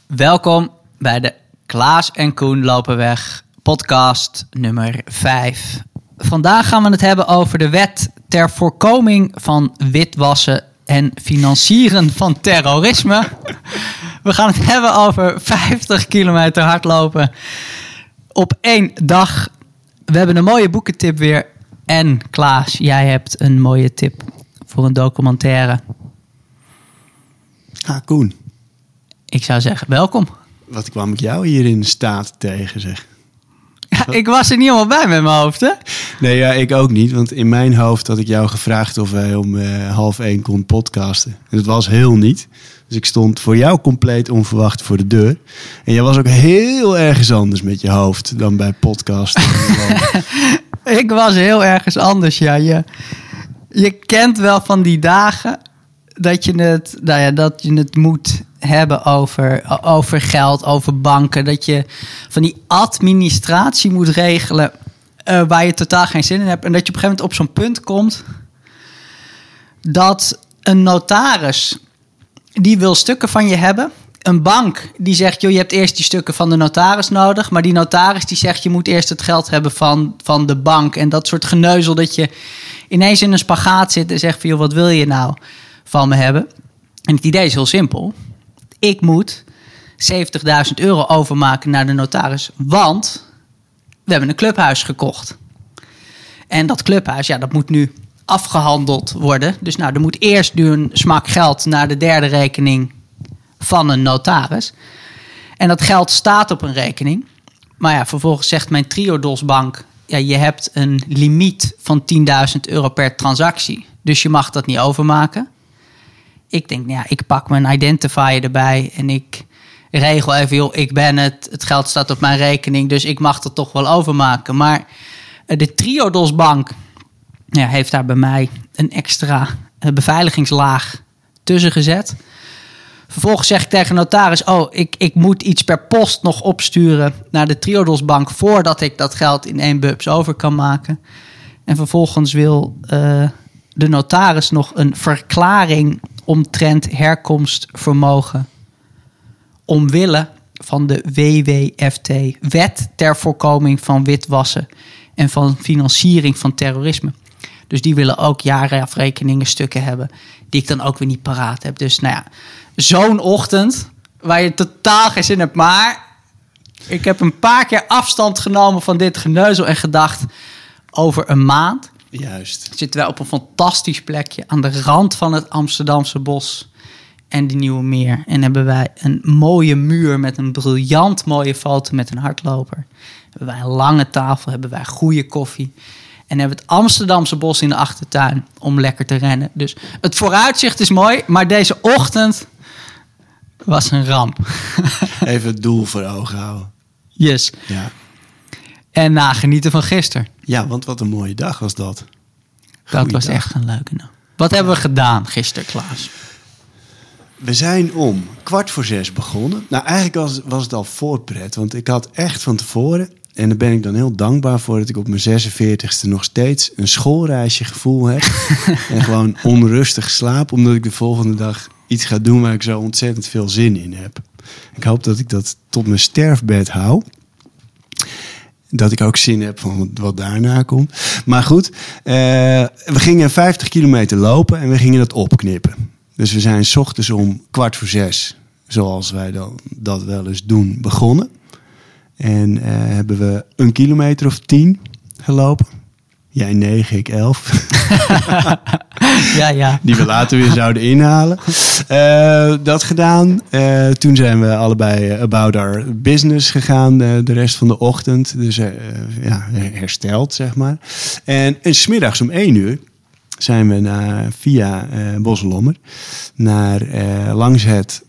Welkom bij de Klaas en Koen lopen weg podcast nummer 5. Vandaag gaan we het hebben over de wet ter voorkoming van witwassen en financieren van terrorisme. We gaan het hebben over 50 kilometer hardlopen op 1 dag. We hebben een mooie boekentip weer. En Klaas, jij hebt een mooie tip voor een documentaire. Koen. Ik zou zeggen, welkom. Wat kwam ik jou hier in de staat tegen, zeg. Ja, ik was er niet helemaal bij met mijn hoofd, hè? Nee, ja, ik ook niet. Want in mijn hoofd had ik jou gevraagd of wij om 12:30 kon podcasten. En dat was heel niet. Dus ik stond voor jou compleet onverwacht voor de deur. En jij was ook heel ergens anders met je hoofd dan bij podcasten. Ik was heel ergens anders, ja. Je kent wel van die dagen dat je het moet hebben over geld, over banken. Dat je van die administratie moet regelen waar je totaal geen zin in hebt. En dat je op een gegeven moment op zo'n punt komt dat een notaris, die wil stukken van je hebben. Een bank die zegt, joh, je hebt eerst die stukken van de notaris nodig. Maar die notaris die zegt, je moet eerst het geld hebben van de bank. En dat soort geneuzel dat je ineens in een spagaat zit en zegt van, joh, wat wil je nou van me hebben? En het idee is heel simpel. Ik moet €70.000 overmaken naar de notaris, want we hebben een clubhuis gekocht. En dat clubhuis, ja, dat moet nu afgehandeld worden. Dus nou, er moet eerst nu een smak geld naar de derde rekening van een notaris. En dat geld staat op een rekening. Maar ja, vervolgens zegt mijn Triodosbank, ja, je hebt een limiet van €10.000 per transactie. Dus je mag dat niet overmaken. Ik denk, nou ja, ik pak mijn identifier erbij en ik regel even, joh, ik ben het. Het geld staat op mijn rekening, dus ik mag dat toch wel overmaken. Maar de Triodosbank heeft daar bij mij een extra beveiligingslaag tussen gezet. Vervolgens zeg ik tegen de notaris, ik moet iets per post nog opsturen naar de Triodosbank voordat ik dat geld in 1 bubs over kan maken. En vervolgens wil de notaris nog een verklaring omtrent herkomstvermogen omwille van de WWFT, Wet ter voorkoming van witwassen en van financiering van terrorisme. Dus die willen ook jaarafrekeningen stukken hebben die ik dan ook weer niet paraat heb. Dus nou ja, zo'n ochtend waar je totaal geen zin hebt. Maar ik heb een paar keer afstand genomen van dit geneuzel en gedacht, over een maand Juist. zitten wij op een fantastisch plekje aan de rand van het Amsterdamse bos en de Nieuwe Meer. En hebben wij een mooie muur met een briljant mooie foto met een hardloper. Hebben wij een lange tafel, hebben wij goede koffie. En hebben we het Amsterdamse bos in de achtertuin om lekker te rennen. Dus het vooruitzicht is mooi, maar deze ochtend was een ramp. Even het doel voor ogen houden. Yes. Ja. En nagenieten van gisteren. Ja, want wat een mooie dag was dat. Dat was dag. echt een leuke dag. Wat hebben we gedaan gisteren, Klaas? We zijn om 5:15 begonnen. Nou, eigenlijk was het al voorpret. Want ik had echt van tevoren, en daar ben ik dan heel dankbaar voor, dat ik op mijn 46e nog steeds een schoolreisje gevoel heb. En gewoon onrustig slaap, omdat ik de volgende dag iets ga doen waar ik zo ontzettend veel zin in heb. Ik hoop dat ik dat tot mijn sterfbed hou. Dat ik ook zin heb van wat daarna komt. Maar goed, we gingen 50 kilometer lopen en we gingen dat opknippen. Dus we zijn 's ochtends om 5:15, zoals wij dat wel eens doen, begonnen. En hebben we 1 kilometer of 10 gelopen. Jij 9, ik 11. Ja. Die we later weer zouden inhalen. Dat gedaan. Toen zijn we allebei about our business gegaan de rest van de ochtend. Dus hersteld, zeg maar. En 's middags om 1 uur zijn we via Boslommer naar langs het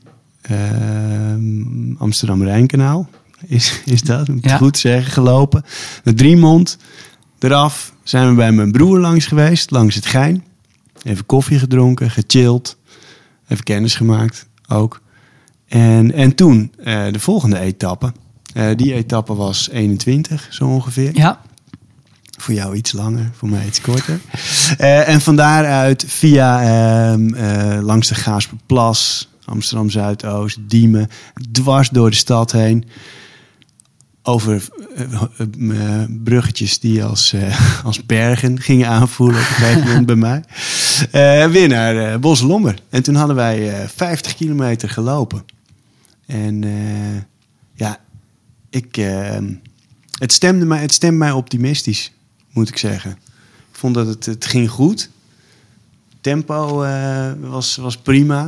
Amsterdam-Rijnkanaal. Is dat, moet ik het goed zeggen, gelopen. Naar Driemond. Eraf zijn we bij mijn broer langs geweest, langs het Gein. Even koffie gedronken, gechilled. Even kennis gemaakt ook. En toen de volgende etappe. Die etappe was 21, zo ongeveer. Ja. Voor jou iets langer, voor mij iets korter. En van daaruit via langs de Gaasperplas, Amsterdam Zuidoost, Diemen, dwars door de stad heen. Over bruggetjes die als bergen gingen aanvoelen op een gegeven moment bij mij. Weer naar Boselommer. En toen hadden wij 50 kilometer gelopen. En het stemde mij optimistisch, moet ik zeggen. Ik vond dat het ging goed. Tempo was prima.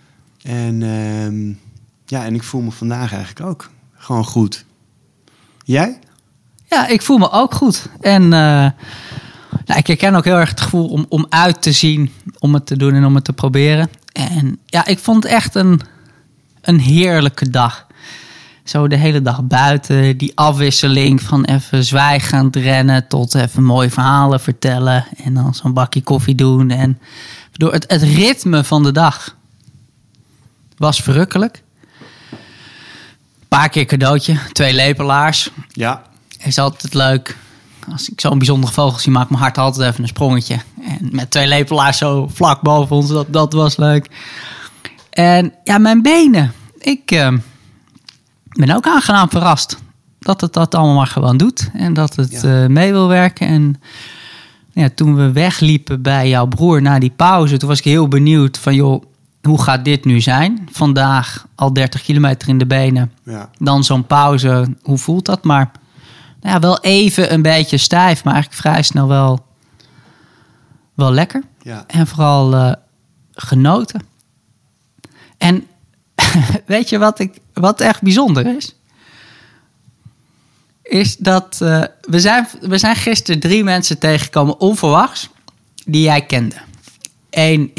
En ik voel me vandaag eigenlijk ook gewoon goed. Jij? Ja, ik voel me ook goed. En ik herken ook heel erg het gevoel om uit te zien, om het te doen en om het te proberen. En ja, ik vond het echt een heerlijke dag. Zo de hele dag buiten, die afwisseling van even zwijgend rennen tot even mooie verhalen vertellen. En dan zo'n bakje koffie doen. En door het ritme van de dag was verrukkelijk. Een paar keer cadeautje, 2 lepelaars. Ja. Is altijd leuk. Als ik zo'n bijzondere vogel zie, maakt mijn hart altijd even een sprongetje. En met 2 lepelaars zo vlak boven ons, dat was leuk. En ja, mijn benen. Ik ben ook aangenaam verrast dat het dat allemaal maar gewoon doet. En dat het mee wil werken. En ja, toen we wegliepen bij jouw broer na die pauze, toen was ik heel benieuwd van, joh, hoe gaat dit nu zijn? Vandaag al 30 kilometer in de benen. Ja. Dan zo'n pauze, hoe voelt dat? Maar ja, wel even een beetje stijf, maar eigenlijk vrij snel wel lekker. Ja. En vooral genoten. En weet je wat echt bijzonder is? Is dat we zijn gisteren 3 mensen tegengekomen, onverwachts, die jij kende. 1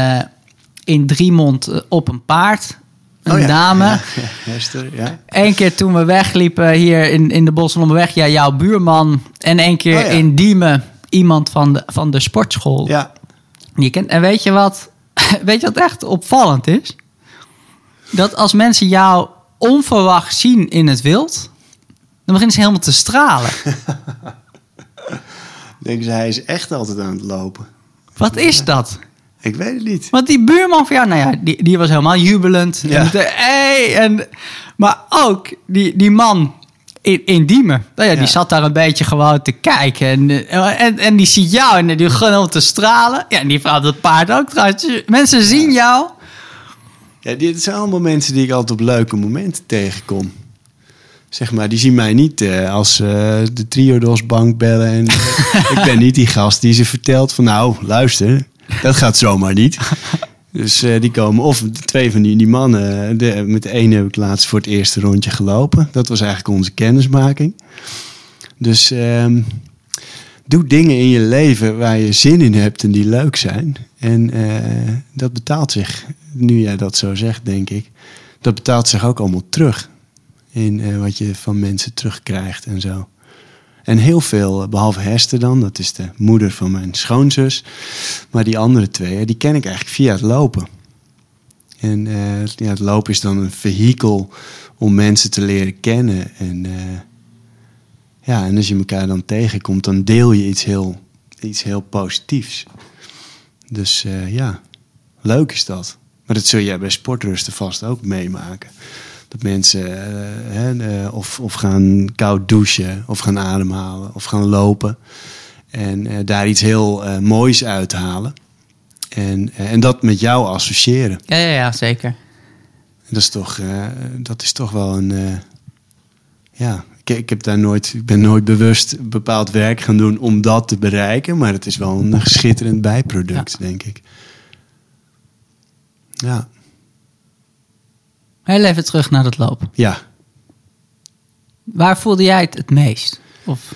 in Driemond op een paard. Een dame. Ja, Hester, ja. 1 keer toen we wegliepen hier in de Boselommerweg, ja, jouw buurman. En 1 keer in Diemen iemand van de sportschool. Ja. Die kent. En weet je wat echt opvallend is? Dat als mensen jou onverwacht zien in het wild, dan beginnen ze helemaal te stralen. Denken ze, hij is echt altijd aan het lopen. Wat is dat? Ik weet het niet. Want die buurman van jou, nou ja, die was helemaal jubelend. Ja. Maar ook die man in Diemen. Nou ja, die zat daar een beetje gewoon te kijken. En die ziet jou en die begon helemaal te stralen. Ja, en die vrouw dat paard ook trouwens. Mensen zien jou. Ja, dit zijn allemaal mensen die ik altijd op leuke momenten tegenkom. Zeg maar, die zien mij niet als de Triodosbank bellen. En ik ben niet die gast die ze vertelt van, nou, luister, dat gaat zomaar niet. Dus die komen, of 2 van die mannen. Met de ene heb ik laatst voor het eerste rondje gelopen. Dat was eigenlijk onze kennismaking. Dus doe dingen in je leven waar je zin in hebt en die leuk zijn. En dat betaalt zich, nu jij dat zo zegt, denk ik. Dat betaalt zich ook allemaal terug. In wat je van mensen terugkrijgt en zo. En heel veel, behalve Hester dan, dat is de moeder van mijn schoonzus. Maar die andere 2, die ken ik eigenlijk via het lopen. En het lopen is dan een vehikel om mensen te leren kennen. En en als je elkaar dan tegenkomt, dan deel je iets heel positiefs. Dus leuk is dat. Maar dat zul jij bij sportrusten vast ook meemaken. Dat mensen of gaan koud douchen, of gaan ademhalen, of gaan lopen. En daar iets heel moois uithalen. En dat met jou associëren. Ja, zeker. Dat is toch wel een... Ik ben nooit bewust bepaald werk gaan doen om dat te bereiken. Maar het is wel een schitterend bijproduct, denk ik. Ja. Heel even terug naar het lopen. Ja. Waar voelde jij het meest? Of?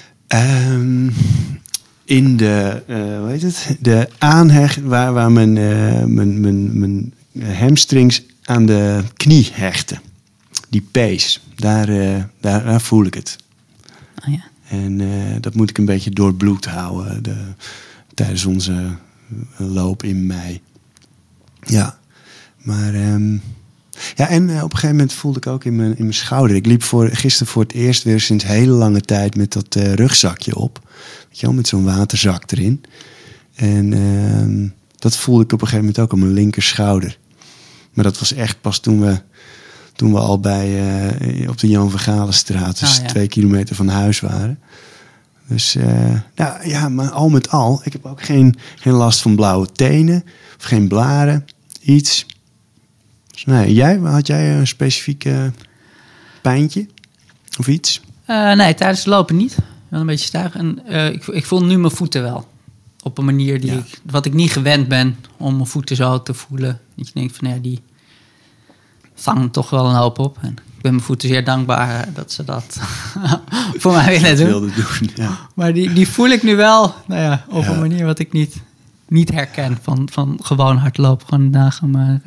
In de, de aanhecht, waar mijn hamstrings aan de knie hechten. Die pees, daar voel ik het. Oh ja. En dat moet ik een beetje doorbloed houden tijdens onze loop in mei. Ja, maar... en op een gegeven moment voelde ik ook in mijn schouder. Ik liep gisteren voor het eerst weer sinds hele lange tijd met dat rugzakje op. Weet je wel, met zo'n waterzak erin. En dat voelde ik op een gegeven moment ook op mijn linker schouder. Maar dat was echt pas toen we al op de Jan van Galenstraat, dus 2 kilometer van huis waren. Dus maar al met al, ik heb ook geen last van blauwe tenen of geen blaren, iets. Dus nee, had jij een specifieke pijntje of iets? Nee, tijdens het lopen niet. Wel een beetje stijf. En ik voel nu mijn voeten wel. Op een manier wat ik niet gewend ben om mijn voeten zo te voelen. Dat je denkt van die vangen toch wel een hoop op. En ik ben mijn voeten zeer dankbaar dat ze dat voor mij willen doen. Ja. Maar die voel ik nu wel op een manier wat ik niet herken van gewoon hardlopen. Gewoon dagen, maar...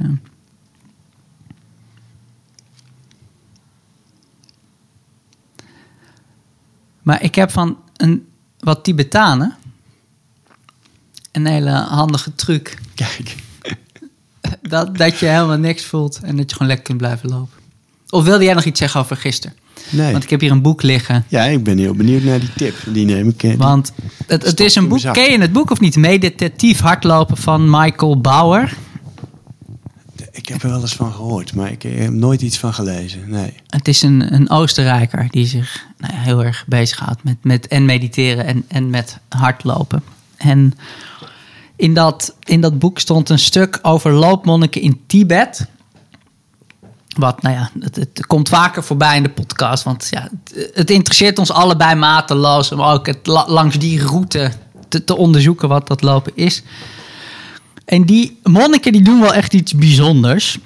Maar ik heb van wat Tibetanen een hele handige truc. Kijk. Dat je helemaal niks voelt en dat je gewoon lekker kunt blijven lopen. Of wilde jij nog iets zeggen over gisteren? Nee. Want ik heb hier een boek liggen. Ja, ik ben heel benieuwd naar die tip. Die neem ik. Want het is een boek. Ken je het boek of niet? Meditatief hardlopen van Michael Bauer. Ik heb er wel eens van gehoord, maar ik heb nooit iets van gelezen. Nee. Het is een Oostenrijker die zich heel erg bezighoudt met mediteren en met hardlopen. En in dat boek stond een stuk over loopmonniken in Tibet. Wat, het komt vaker voorbij in de podcast. Want het interesseert ons allebei mateloos om ook langs die route te onderzoeken wat dat lopen is. En die monniken die doen wel echt iets bijzonders.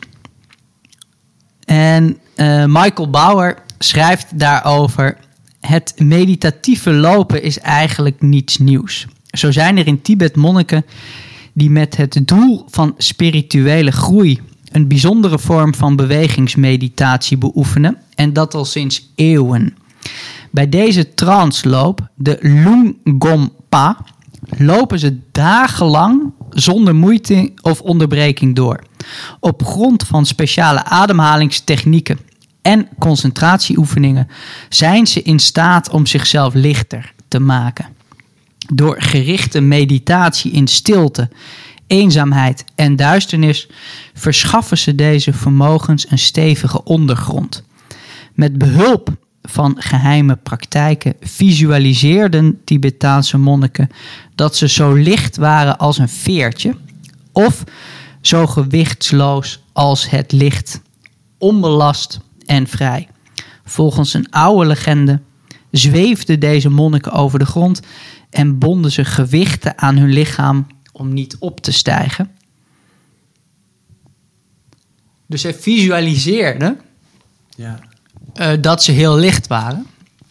En Michael Bauer schrijft daarover: het meditatieve lopen is eigenlijk niets nieuws. Zo zijn er in Tibet monniken die met het doel van spirituele groei een bijzondere vorm van bewegingsmeditatie beoefenen. En dat al sinds eeuwen. Bij deze transloop, de Lungompa, lopen ze dagenlang zonder moeite of onderbreking door. Op grond van speciale ademhalingstechnieken en concentratieoefeningen zijn ze in staat om zichzelf lichter te maken. Door gerichte meditatie in stilte, eenzaamheid en duisternis verschaffen ze deze vermogens een stevige ondergrond. Met behulp van geheime praktijken visualiseerden Tibetaanse monniken dat ze zo licht waren als een veertje of zo gewichtsloos als het licht, onbelast en vrij. Volgens een oude legende zweefden deze monniken over de grond en bonden ze gewichten aan hun lichaam om niet op te stijgen. Dus zij visualiseerden dat ze heel licht waren.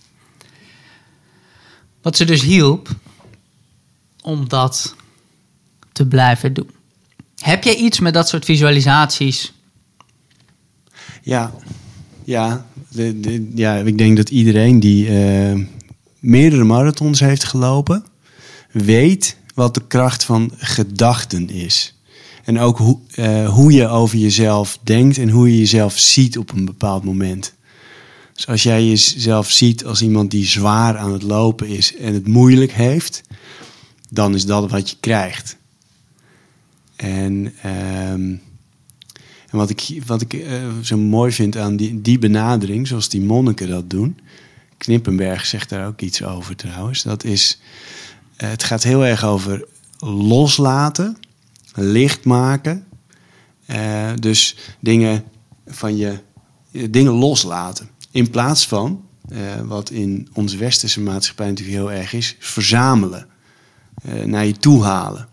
Wat ze dus hielp om dat te blijven doen. Heb jij iets met dat soort visualisaties? Ja, ik denk dat iedereen die meerdere marathons heeft gelopen, weet wat de kracht van gedachten is. En ook hoe je over jezelf denkt en hoe je jezelf ziet op een bepaald moment. Dus als jij jezelf ziet als iemand die zwaar aan het lopen is en het moeilijk heeft, dan is dat wat je krijgt. En wat ik zo mooi vind aan die benadering, zoals die monniken dat doen. Knippenberg zegt daar ook iets over trouwens. Dat is, het gaat heel erg over loslaten, licht maken. Dus dingen loslaten. In plaats van, wat in onze westerse maatschappij natuurlijk heel erg is, verzamelen. Naar je toe halen.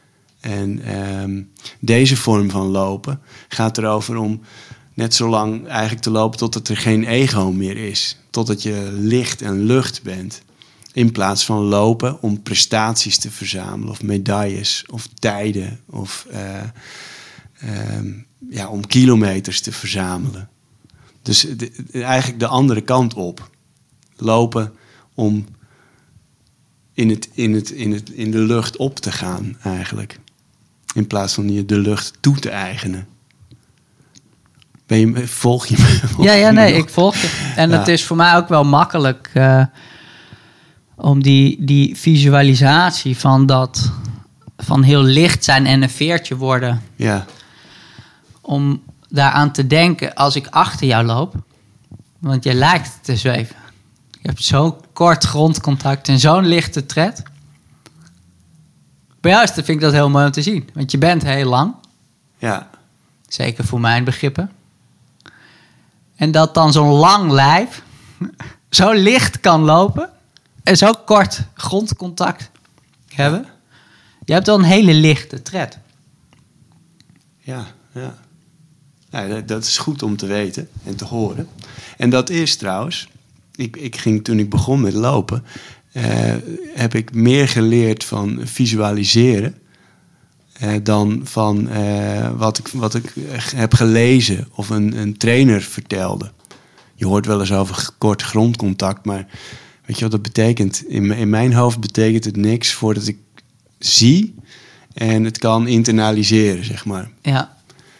En deze vorm van lopen gaat erover om net zo lang eigenlijk te lopen totdat er geen ego meer is. Totdat je licht en lucht bent. In plaats van lopen om prestaties te verzamelen of medailles of tijden of om kilometers te verzamelen. Dus eigenlijk de andere kant op. Lopen om in de lucht op te gaan eigenlijk. In plaats van je de lucht toe te eigenen. Volg je me? Ik volg je. En het is voor mij ook wel makkelijk om die visualisatie van heel licht zijn en een veertje worden. Ja. daaraan te denken als ik achter jou loop. Want je lijkt te zweven. Je hebt zo'n kort grondcontact en zo'n lichte tred. Bij jou vind ik dat heel mooi om te zien. Want je bent heel lang. Ja. Zeker voor mijn begrippen. En dat dan zo'n lang lijf zo licht kan lopen en zo kort grondcontact hebben. Je hebt wel een hele lichte tred. Ja. Ja, dat is goed om te weten en te horen. En dat is trouwens, ik ging toen ik begon met lopen, heb ik meer geleerd van visualiseren dan van wat ik heb gelezen of een trainer vertelde. Je hoort wel eens over kort grondcontact, maar weet je wat dat betekent? In mijn hoofd betekent het niks voordat ik zie en het kan internaliseren, zeg maar. Ja.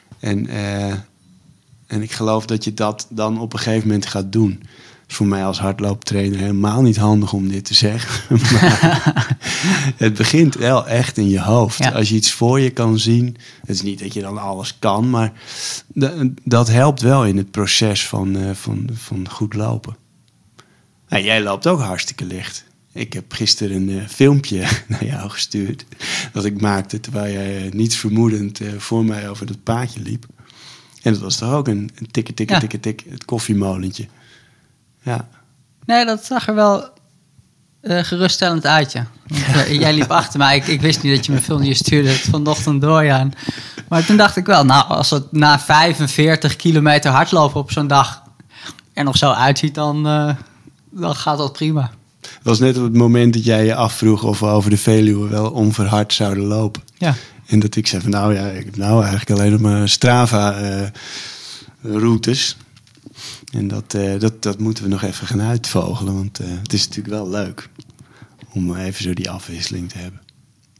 En ik geloof dat je dat dan op een gegeven moment gaat doen. Dat is voor mij als hardlooptrainer helemaal niet handig om dit te zeggen. Maar het begint wel echt in je hoofd. Ja. Als je iets voor je kan zien. Het is niet dat je dan alles kan. Maar dat helpt wel in het proces van goed lopen. Nou, jij loopt ook hartstikke licht. Ik heb gisteren een filmpje naar jou gestuurd. Dat ik maakte terwijl jij niets vermoedend voor mij over dat paadje liep. En dat was toch ook een tik, het koffiemolentje. Ja. Nee, dat zag er wel geruststellend uit, ja. Want, jij liep achter mij. Ik wist niet dat je me filmpje stuurde vanochtend door, ja. Maar toen dacht ik wel, nou, als het na 45 kilometer hardlopen op zo'n dag er nog zo uitziet, dan gaat dat prima. Het was net op het moment dat jij je afvroeg of we over de Veluwe wel onverhard zouden lopen. Ja. En dat ik zei van nou ja, ik heb nou eigenlijk alleen nog maar Strava-routes. En dat moeten we nog even gaan uitvogelen. Want het is natuurlijk wel leuk om even zo die afwisseling te hebben.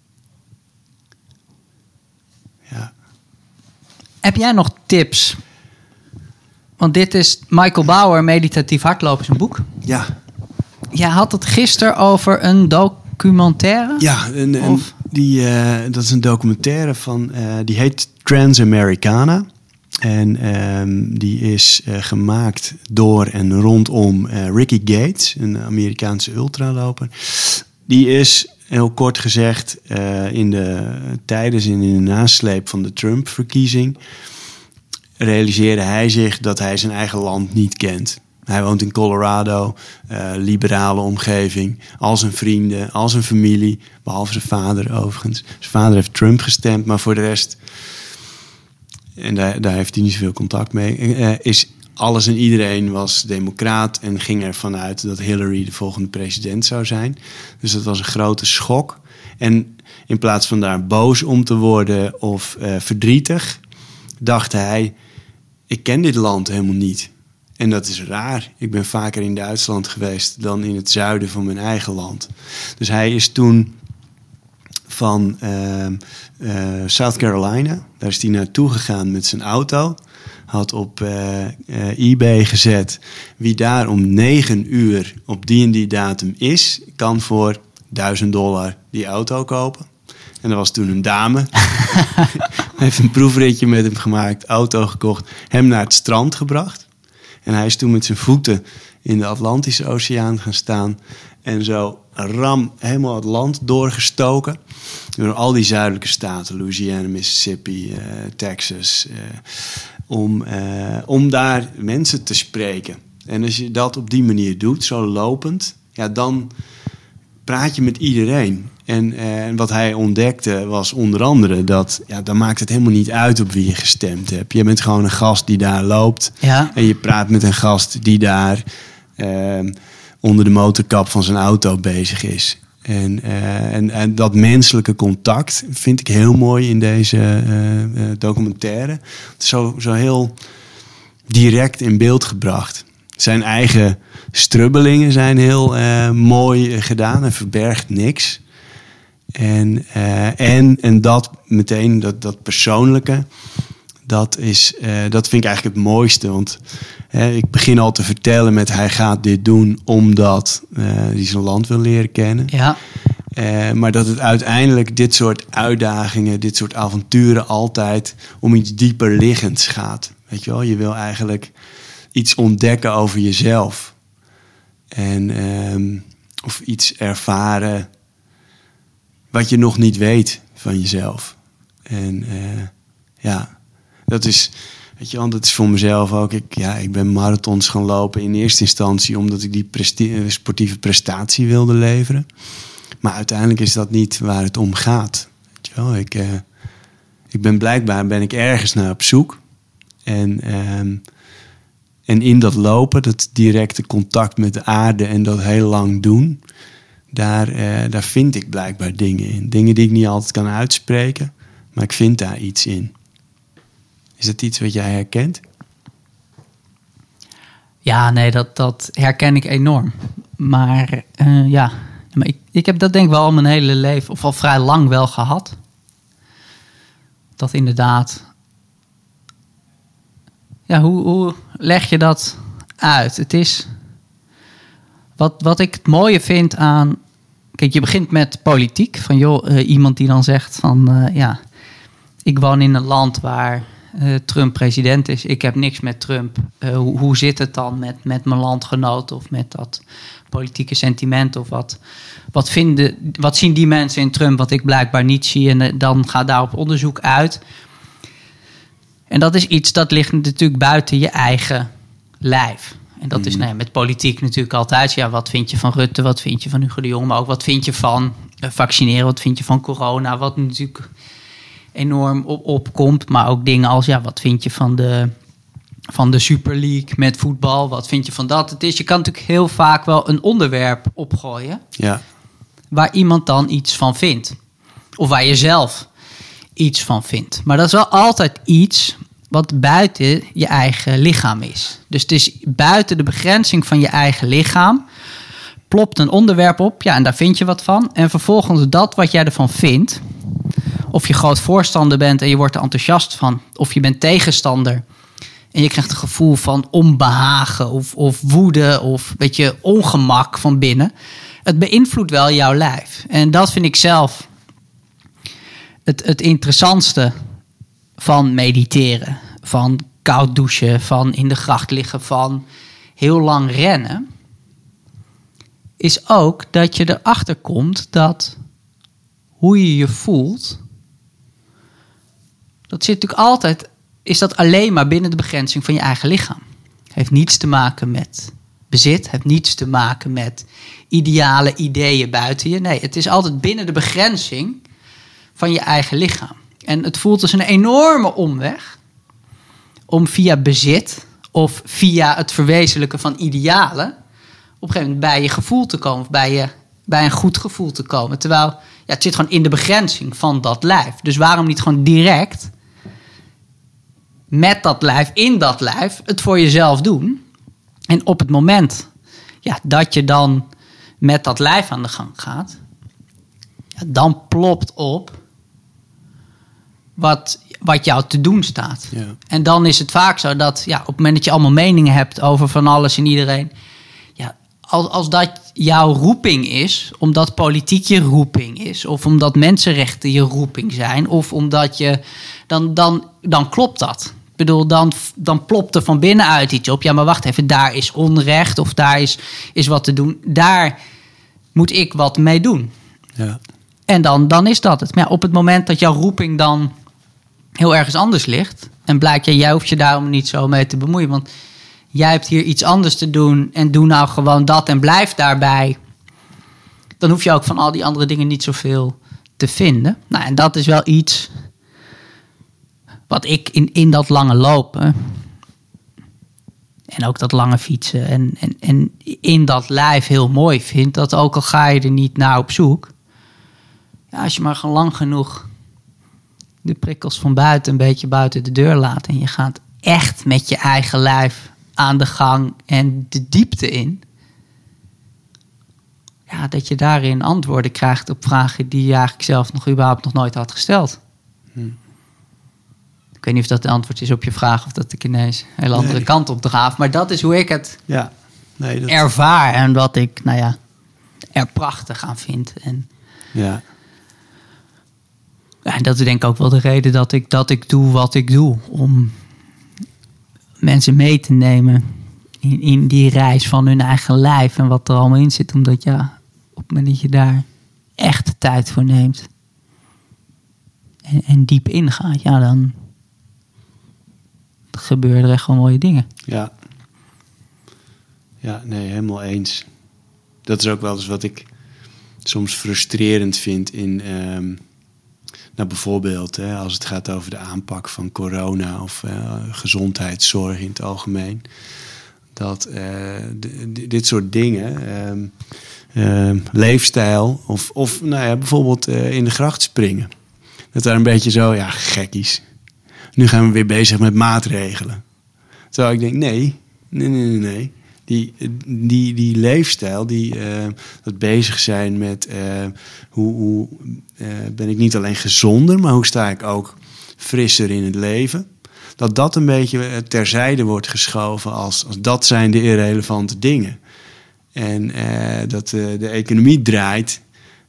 Ja. Heb jij nog tips? Want dit is Michael Bauer, Meditatief Hardlopen, zijn boek. Ja. Jij had het gisteren over een documentaire? Ja, dat is een documentaire van, die heet Transamericana. En die is gemaakt door en rondom Ricky Gates, een Amerikaanse ultraloper. Die is, heel kort gezegd, tijdens en in de nasleep van de Trump-verkiezing realiseerde hij zich dat hij zijn eigen land niet kent. Hij woont in Colorado, liberale omgeving, al zijn vrienden, al zijn familie, behalve zijn vader overigens. Zijn vader heeft Trump gestemd, maar voor de rest, en daar heeft hij niet zoveel contact mee, is alles en iedereen was democraat en ging ervan uit dat Hillary de volgende president zou zijn. Dus dat was een grote schok. En in plaats van daar boos om te worden of verdrietig, dacht hij, ik ken dit land helemaal niet. En dat is raar. Ik ben vaker in Duitsland geweest dan in het zuiden van mijn eigen land. Dus hij is toen van South Carolina, daar is hij naartoe gegaan met zijn auto. Had op eBay gezet, wie daar om 9 uur op die en die datum is, kan voor $1000 die auto kopen. En er was toen een dame. Hij heeft een proefritje met hem gemaakt, auto gekocht, hem naar het strand gebracht. En hij is toen met zijn voeten in de Atlantische Oceaan gaan staan. En zo helemaal het land doorgestoken. Door al die zuidelijke staten. Louisiana, Mississippi, Texas. Om daar mensen te spreken. En als je dat op die manier doet, zo lopend, ja, dan praat je met iedereen. En wat hij ontdekte was onder andere dat, ja, dan maakt het helemaal niet uit op wie je gestemd hebt. Je bent gewoon een gast die daar loopt. Ja. En je praat met een gast die daar onder de motorkap van zijn auto bezig is. En dat menselijke contact vind ik heel mooi in deze documentaire. Het is zo heel direct in beeld gebracht. Zijn eigen strubbelingen zijn heel mooi gedaan. Hij verbergt niks. En dat meteen, dat persoonlijke, dat vind ik eigenlijk het mooiste. Want ik begin al te vertellen met hij gaat dit doen omdat hij zijn land wil leren kennen. Ja. Maar dat het uiteindelijk dit soort uitdagingen, dit soort avonturen altijd om iets dieper liggends gaat. Weet je wel, je wil eigenlijk iets ontdekken over jezelf. Of iets ervaren wat je nog niet weet van jezelf. En dat is, weet je wel, dat is voor mezelf ook. Ik ben marathons gaan lopen in eerste instantie omdat ik die sportieve prestatie wilde leveren. Maar uiteindelijk is dat niet waar het om gaat. Weet je wel, ben ik ergens naar op zoek. En in dat lopen, dat directe contact met de aarde en dat heel lang doen, daar vind ik blijkbaar dingen in. Dingen die ik niet altijd kan uitspreken, maar ik vind daar iets in. Is dat iets wat jij herkent? Ja, nee, dat herken ik enorm. Maar ik heb dat denk ik wel al mijn hele leven, of al vrij lang wel gehad. Dat inderdaad. Ja, hoe leg je dat uit? Het is wat ik het mooie vind aan. Kijk, je begint met politiek. Van iemand die dan zegt van ik woon in een land waar Trump president is. Ik heb niks met Trump. Hoe zit het dan met mijn landgenoten of met dat politieke sentiment of wat zien die mensen in Trump wat ik blijkbaar niet zie en dan gaat daar op onderzoek uit. En dat is iets dat ligt natuurlijk buiten je eigen lijf. En dat is met politiek natuurlijk altijd. Ja, wat vind je van Rutte? Wat vind je van Hugo de Jonge? Maar ook wat vind je van vaccineren? Wat vind je van corona? Wat natuurlijk enorm opkomt. Maar ook dingen als, wat vind je van de Super League met voetbal? Wat vind je van dat? Je kan natuurlijk heel vaak wel een onderwerp opgooien. Ja. Waar iemand dan iets van vindt. Of waar je zelf iets van vindt. Maar dat is wel altijd iets wat buiten je eigen lichaam is. Dus het is buiten de begrenzing van je eigen lichaam. Plopt een onderwerp op, en daar vind je wat van. En vervolgens dat wat jij ervan vindt. Of je groot voorstander bent en je wordt er enthousiast van. Of je bent tegenstander. En je krijgt een gevoel van onbehagen of woede of ongemak van binnen. Het beïnvloedt wel jouw lijf. En dat vind ik zelf het interessantste van mediteren. Van koud douchen, van in de gracht liggen, van heel lang rennen. Is ook dat je erachter komt dat hoe je je voelt. Dat zit natuurlijk altijd. Is dat alleen maar binnen de begrenzing van je eigen lichaam. Heeft niets te maken met bezit. Heeft niets te maken met ideale ideeën buiten je. Nee, het is altijd binnen de begrenzing van je eigen lichaam. En het voelt als een enorme omweg om via bezit of via het verwezenlijken van idealen op een gegeven moment bij je gevoel te komen. Of bij een goed gevoel te komen. Terwijl het zit gewoon in de begrenzing van dat lijf. Dus waarom niet gewoon direct met dat lijf, in dat lijf, het voor jezelf doen. En op het moment dat je dan met dat lijf aan de gang gaat, dan plopt op wat jou te doen staat. Ja. En dan is het vaak zo dat op het moment dat je allemaal meningen hebt over van alles en iedereen, als dat jouw roeping is, omdat politiek je roeping is, of omdat mensenrechten je roeping zijn, of omdat je dan klopt dat. Ik bedoel, dan plopt er van binnenuit iets op. Ja, maar wacht even, daar is onrecht of daar is wat te doen. Daar moet ik wat mee doen. Ja. En dan is dat het. Maar op het moment dat jouw roeping dan heel ergens anders ligt, en blijkt jij hoeft je daarom niet zo mee te bemoeien, want jij hebt hier iets anders te doen en doe nou gewoon dat en blijf daarbij. Dan hoef je ook van al die andere dingen niet zoveel te vinden. Nou, en dat is wel iets wat ik in dat lange lopen en ook dat lange fietsen en in dat lijf heel mooi vind. Dat ook al ga je er niet naar op zoek. Ja, als je maar gewoon lang genoeg de prikkels van buiten een beetje buiten de deur laat. En je gaat echt met je eigen lijf aan de gang en de diepte in. Ja, dat je daarin antwoorden krijgt op vragen die je eigenlijk zelf überhaupt nog nooit had gesteld. Ik weet niet of dat de antwoord is op je vraag of dat ik ineens een hele andere kant op draaf. Maar dat is hoe ik het ervaar en wat ik er prachtig aan vind. En en dat is denk ik ook wel de reden dat ik doe wat ik doe. mensen mee te nemen in die reis van hun eigen lijf en wat er allemaal in zit. Omdat op het moment dat je daar echt de tijd voor neemt en diep ingaat, dan gebeuren er echt wel mooie dingen. Ja. Ja, nee, helemaal eens. Dat is ook wel eens wat ik soms frustrerend vind in... bijvoorbeeld als het gaat over de aanpak van corona of gezondheidszorg in het algemeen. Dat dit soort dingen, leefstijl of bijvoorbeeld in de gracht springen. Dat daar een beetje zo, gekkies. Nu gaan we weer bezig met maatregelen. Terwijl ik denk, nee. Die leefstijl, dat bezig zijn met hoe ben ik niet alleen gezonder, maar hoe sta ik ook frisser in het leven. Dat een beetje terzijde wordt geschoven als dat zijn de irrelevante dingen. En dat de economie draait.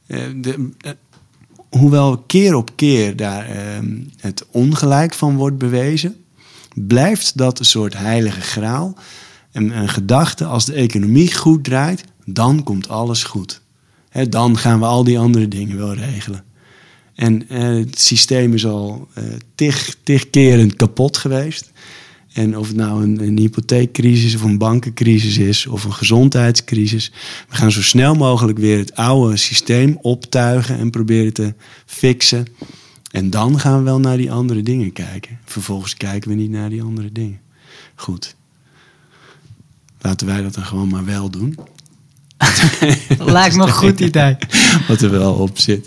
Hoewel keer op keer daar het ongelijk van wordt bewezen, blijft dat een soort heilige graal. Een gedachte, als de economie goed draait, dan komt alles goed. Dan gaan we al die andere dingen wel regelen. En het systeem is al tig keren kapot geweest. En of het nou een hypotheekcrisis of een bankencrisis is of een gezondheidscrisis. We gaan zo snel mogelijk weer het oude systeem optuigen en proberen te fixen. En dan gaan we wel naar die andere dingen kijken. Vervolgens kijken we niet naar die andere dingen. Goed. Laten wij dat dan gewoon maar wel doen. Lijkt me een goed idee. Wat er wel op zit.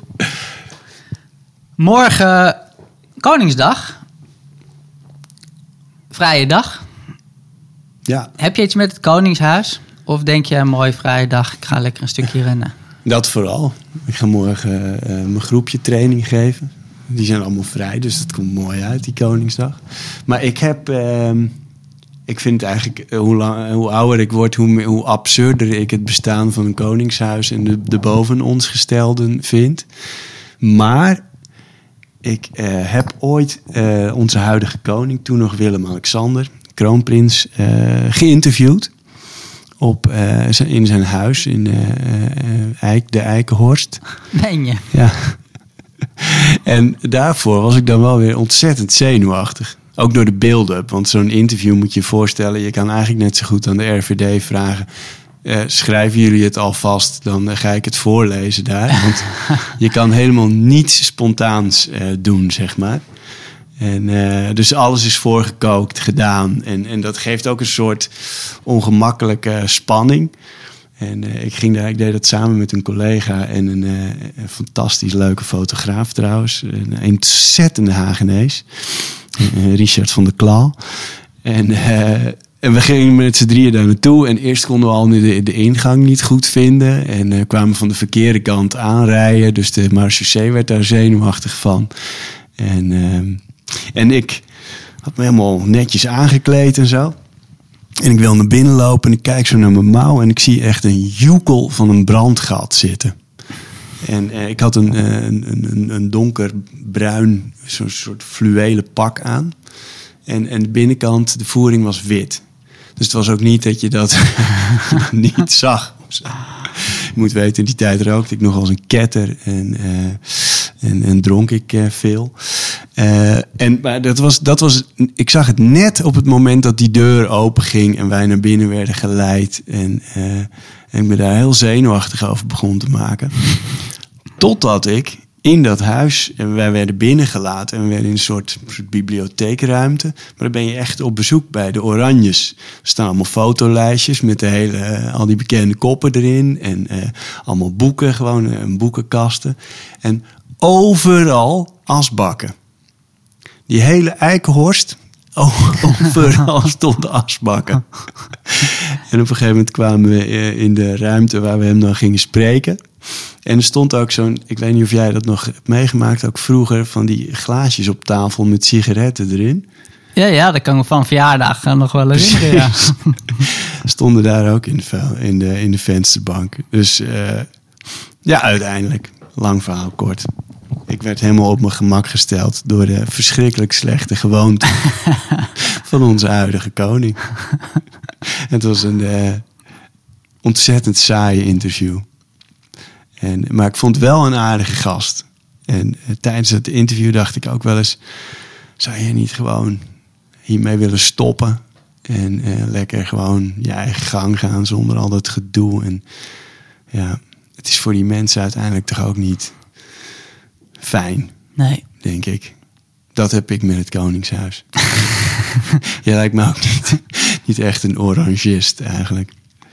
Morgen Koningsdag. Vrije dag. Ja. Heb je iets met het Koningshuis? Of denk je, mooi vrije dag, ik ga lekker een stukje rennen? Dat vooral. Ik ga morgen mijn groepje training geven. Die zijn allemaal vrij, dus dat komt mooi uit, die Koningsdag. Maar ik heb... ik vind eigenlijk, hoe ouder ik word, hoe absurder ik het bestaan van een koningshuis en de boven ons gestelden vind. Maar ik heb ooit onze huidige koning, toen nog Willem-Alexander, kroonprins, geïnterviewd in zijn huis in de Eikenhorst. Meen je? Ja. En daarvoor was ik dan wel weer ontzettend zenuwachtig. Ook door de build-up, want zo'n interview moet je je voorstellen. Je kan eigenlijk net zo goed aan de RVD vragen. Schrijven jullie het alvast, dan ga ik het voorlezen daar. Want je kan helemaal niets spontaans doen, zeg maar. En dus alles is voorgekookt, gedaan. En dat geeft ook een soort ongemakkelijke spanning. En ik deed dat samen met een collega en een fantastisch leuke fotograaf trouwens. Een ontzettende Hagenees. Richard van der Klaal. En we gingen met z'n drieën daar naartoe. En eerst konden we al de ingang niet goed vinden. En kwamen van de verkeerde kant aanrijden. Dus de marechaussee werd daar zenuwachtig van. En ik had me helemaal netjes aangekleed en zo. En ik wil naar binnen lopen en ik kijk zo naar mijn mouw. En ik zie echt een joekel van een brandgat zitten. En ik had een donkerbruin, zo'n soort fluwelen pak aan. En de binnenkant, de voering was wit. Dus het was ook niet dat je dat niet zag. Je moet weten, in die tijd rookte ik nog als een ketter en dronk ik veel. Maar dat was, ik zag het net op het moment dat die deur open ging en wij naar binnen werden geleid. En ik me daar heel zenuwachtig over begon te maken. Totdat ik in dat huis, en wij werden binnengelaten en we werden in een soort bibliotheekruimte. Maar dan ben je echt op bezoek bij de Oranjes. Er staan allemaal fotolijstjes met al die bekende koppen erin. En allemaal boeken, gewoon boekenkasten. En overal asbakken. Die hele Eikenhorst, overal stonden asbakken. En op een gegeven moment kwamen we in de ruimte waar we hem dan gingen spreken. En er stond ook zo'n, ik weet niet of jij dat nog hebt meegemaakt, ook vroeger van die glaasjes op tafel met sigaretten erin. Ja, dat kan ik van verjaardag nog wel herinneren. Ja. Stonden daar ook in de vensterbank. Dus uiteindelijk, lang verhaal kort. Ik werd helemaal op mijn gemak gesteld door de verschrikkelijk slechte gewoonte van onze huidige koning. Het was een ontzettend saaie interview. Maar ik vond wel een aardige gast. En tijdens het interview dacht ik ook wel eens... zou je niet gewoon hiermee willen stoppen? En lekker gewoon je eigen gang gaan zonder al dat gedoe. En ja, het is voor die mensen uiteindelijk toch ook niet fijn. Nee. Denk ik. Dat heb ik met het Koningshuis. Jij lijkt me ook niet echt een orangist eigenlijk.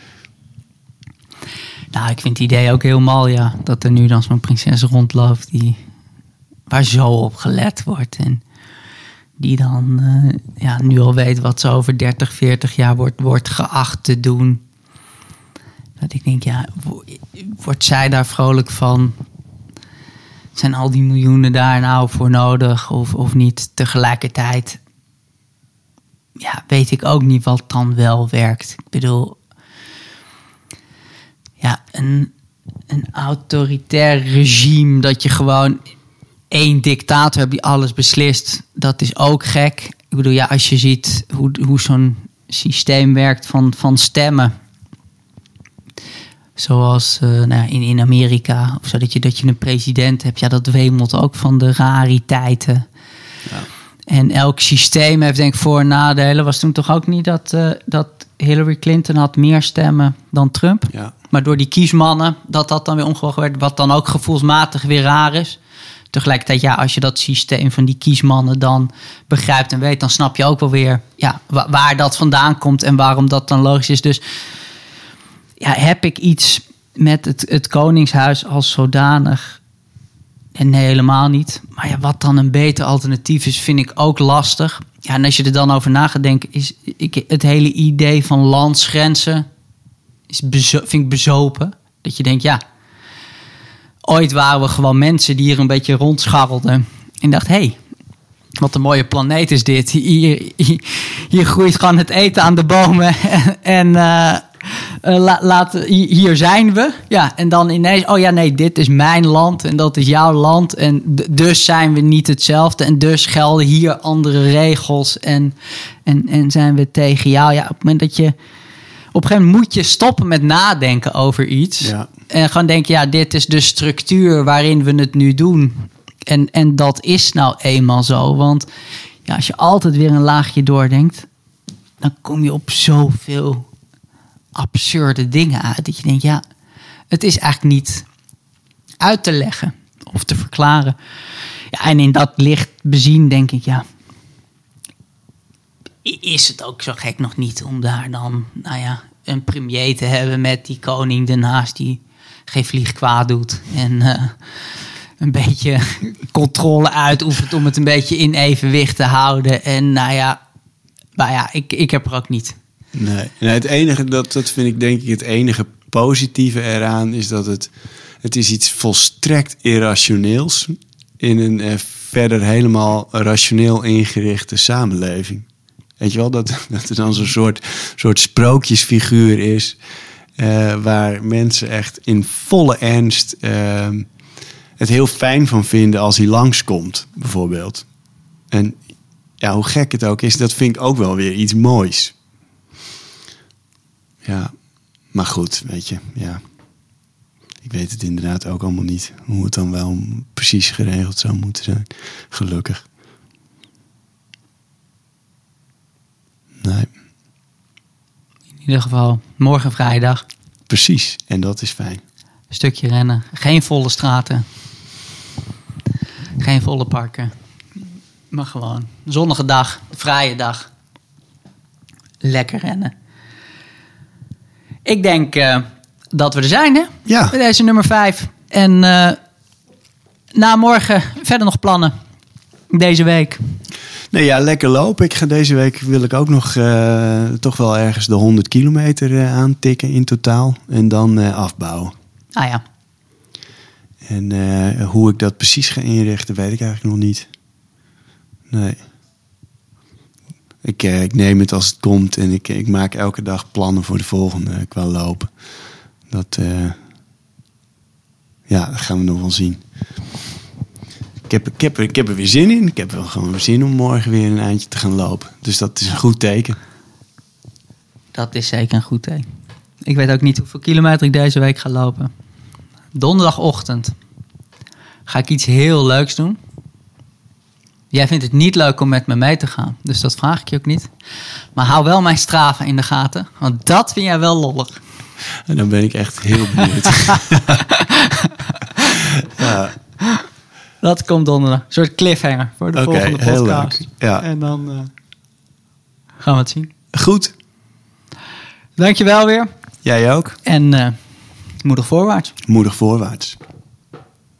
Nou, ik vind het idee ook heel mal, ja. Dat er nu dan zo'n prinses rondloopt waar zo op gelet wordt. En die dan nu al weet wat ze over 30, 40 jaar wordt geacht te doen. Dat ik denk, ja, wordt zij daar vrolijk van? Zijn al die miljoenen daar nou voor nodig of niet? Tegelijkertijd, ja, weet ik ook niet wat dan wel werkt. Ik bedoel, ja, een autoritair regime dat je gewoon 1 dictator hebt die alles beslist, dat is ook gek. Ik bedoel, ja, als je ziet hoe zo'n systeem werkt van stemmen. Zoals in Amerika, of zo, dat je een president hebt. Ja, dat wemelt ook van de rariteiten. Ja. En elk systeem heeft denk ik voor- en nadelen. Was toen toch ook niet dat Hillary Clinton had meer stemmen dan Trump? Ja. Maar door die kiesmannen, dat dan weer omgewogen werd. Wat dan ook gevoelsmatig weer raar is. Tegelijkertijd, ja, als je dat systeem van die kiesmannen dan begrijpt en weet, dan snap je ook wel weer waar dat vandaan komt en waarom dat dan logisch is. Dus ja, heb ik iets met het Koningshuis als zodanig? En nee, helemaal niet. Maar ja, wat dan een beter alternatief is, vind ik ook lastig. Ja, en als je er dan over na gaat denken, het hele idee van landsgrenzen vind ik bezopen. Dat je denkt, ja, ooit waren we gewoon mensen die hier een beetje rondscharrelden. En dacht, hé, wat een mooie planeet is dit. Hier groeit gewoon het eten aan de bomen. Hier zijn we. Ja, en dan ineens, oh ja, nee, dit is mijn land en dat is jouw land. En dus zijn we niet hetzelfde. En dus gelden hier andere regels. En zijn we tegen jou. Ja, op het moment dat je... Op een gegeven moment moet je stoppen met nadenken over iets. Ja. En gewoon denken, ja, dit is de structuur waarin we het nu doen. En dat is nou eenmaal zo. Want ja, als je altijd weer een laagje doordenkt, dan kom je op zoveel absurde dingen uit. Dat je denkt, ja, het is eigenlijk niet uit te leggen of te verklaren. Ja, en in dat licht bezien denk ik, ja, is het ook zo gek nog niet om daar dan, een premier te hebben met die koning ernaast die geen vlieg kwaad doet. En een beetje controle uitoefent om het een beetje in evenwicht te houden. En ik heb er ook niet. Nee, het enige, dat vind ik denk ik het enige positieve eraan is dat het is iets volstrekt irrationeels in een verder helemaal rationeel ingerichte samenleving. Weet je wel, dat er dan zo'n soort sprookjesfiguur is waar mensen echt in volle ernst het heel fijn van vinden als hij langskomt, bijvoorbeeld. En ja, hoe gek het ook is, dat vind ik ook wel weer iets moois. Ja, maar goed, weet je, ja. Ik weet het inderdaad ook allemaal niet, hoe het dan wel precies geregeld zou moeten zijn. Gelukkig. Nee. In ieder geval, morgen vrijdag. Precies, en dat is fijn. Een stukje rennen. Geen volle straten. Geen volle parken. Maar gewoon zonnige dag, vrije dag. Lekker rennen. Ik denk dat we er zijn, hè? Ja. Met deze nummer 5. En na morgen verder nog plannen. Deze week. Nee, ja, lekker lopen. Deze week wil ik ook nog toch wel ergens de 100 kilometer aantikken in totaal. En dan afbouwen. Ah ja. En hoe ik dat precies ga inrichten, weet ik eigenlijk nog niet. Nee. Ik neem het als het komt en ik maak elke dag plannen voor de volgende qua lopen. Dat gaan we nog wel zien. Ik heb er weer zin in. Ik heb wel gewoon weer zin om morgen weer een eindje te gaan lopen. Dus dat is een goed teken. Dat is zeker een goed teken. Ik weet ook niet hoeveel kilometer ik deze week ga lopen. Donderdagochtend ga ik iets heel leuks doen. Jij vindt het niet leuk om met me mee te gaan. Dus dat vraag ik je ook niet. Maar hou wel mijn Strava in de gaten. Want dat vind jij wel lollig. En dan ben ik echt heel benieuwd. Ja. Dat komt donderdag. Een soort cliffhanger voor de volgende podcast. Heel leuk. Ja. En dan gaan we het zien. Goed. Dankjewel weer. Jij ook. En moedig voorwaarts. Moedig voorwaarts.